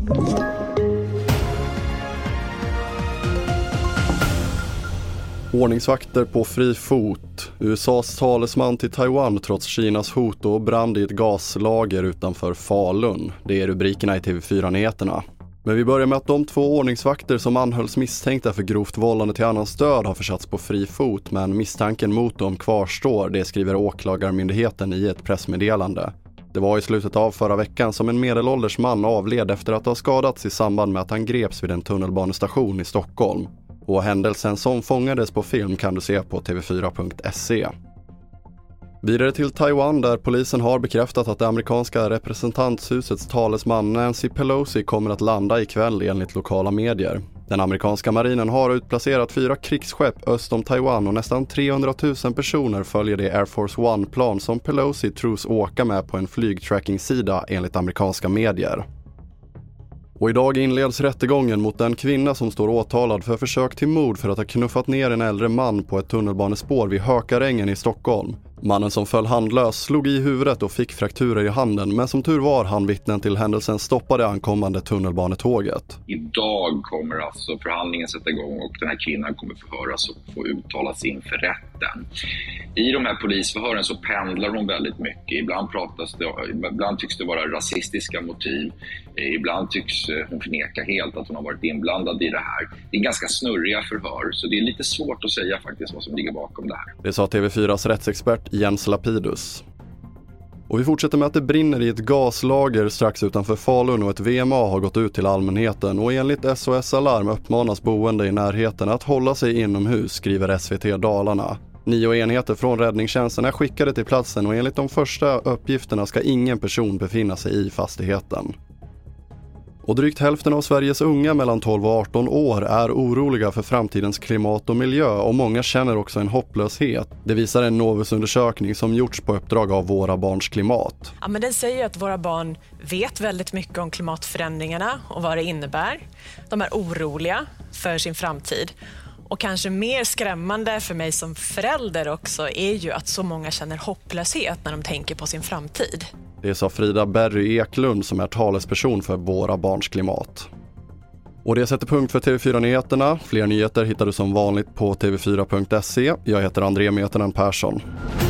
Ordningsvakter på fri fot. USAs talesman till Taiwan trots Kinas hot och brand i ett gaslager utanför Falun. Det är rubrikerna i TV4-nyheterna. Men vi börjar med att de 2 ordningsvakter som anhölls misstänkta för grovt vållande till annans död har försatts på fri fot, men misstanken mot dem kvarstår, det skriver åklagarmyndigheten i ett pressmeddelande. Det var i slutet av förra veckan som en medelålders man avled efter att ha skadats i samband med att han greps vid en tunnelbanestation i Stockholm. Och händelsen som fångades på film kan du se på tv4.se. Vidare till Taiwan där polisen har bekräftat att det amerikanska representanthusets talesman Nancy Pelosi kommer att landa ikväll enligt lokala medier. Den amerikanska marinen har utplacerat 4 krigsskepp öst om Taiwan och nästan 300 000 personer följer det Air Force One-plan som Pelosi tros åka med på en flygtracking-sida enligt amerikanska medier. Och idag inleds rättegången mot en kvinna som står åtalad för försök till mord för att ha knuffat ner en äldre man på ett tunnelbanespår vid Hökarängen i Stockholm. Mannen som föll handlös slog i huvudet och fick frakturer i handen, men som tur var han vittnen till händelsen stoppade ankommande tunnelbanetåget. Idag kommer alltså förhandlingen sätta igång och den här kvinnan kommer förhöras och få uttalas inför rätten. I de här polisförhören så pendlar hon väldigt mycket. Ibland tycks det vara rasistiska motiv. Ibland tycks hon förneka helt att hon har varit inblandad i det här. Det är ganska snurriga förhör, så det är lite svårt att säga faktiskt vad som ligger bakom det här. Det sa TV4s rättsexpert Jens Lapidus. Och vi fortsätter med att det brinner i ett gaslager strax utanför Falun och ett VMA har gått ut till allmänheten och enligt SOS Alarm uppmanas boende i närheten att hålla sig inomhus, skriver SVT Dalarna. 9 enheter från räddningstjänsten är skickade till platsen och enligt de första uppgifterna ska ingen person befinna sig i fastigheten. Och drygt hälften av Sveriges unga mellan 12 och 18 år är oroliga för framtidens klimat och miljö och många känner också en hopplöshet. Det visar en Novus-undersökning som gjorts på uppdrag av Våra barns klimat. Ja, men den säger att våra barn vet väldigt mycket om klimatförändringarna och vad det innebär. De är oroliga för sin framtid. Och kanske mer skrämmande för mig som förälder också är ju att så många känner hopplöshet när de tänker på sin framtid. Det sa Frida Berry Eklund som är talesperson för Våra barns klimat. Och det sätter punkt för TV4-nyheterna. Fler nyheter hittar du som vanligt på tv4.se. Jag heter André Metenen Persson.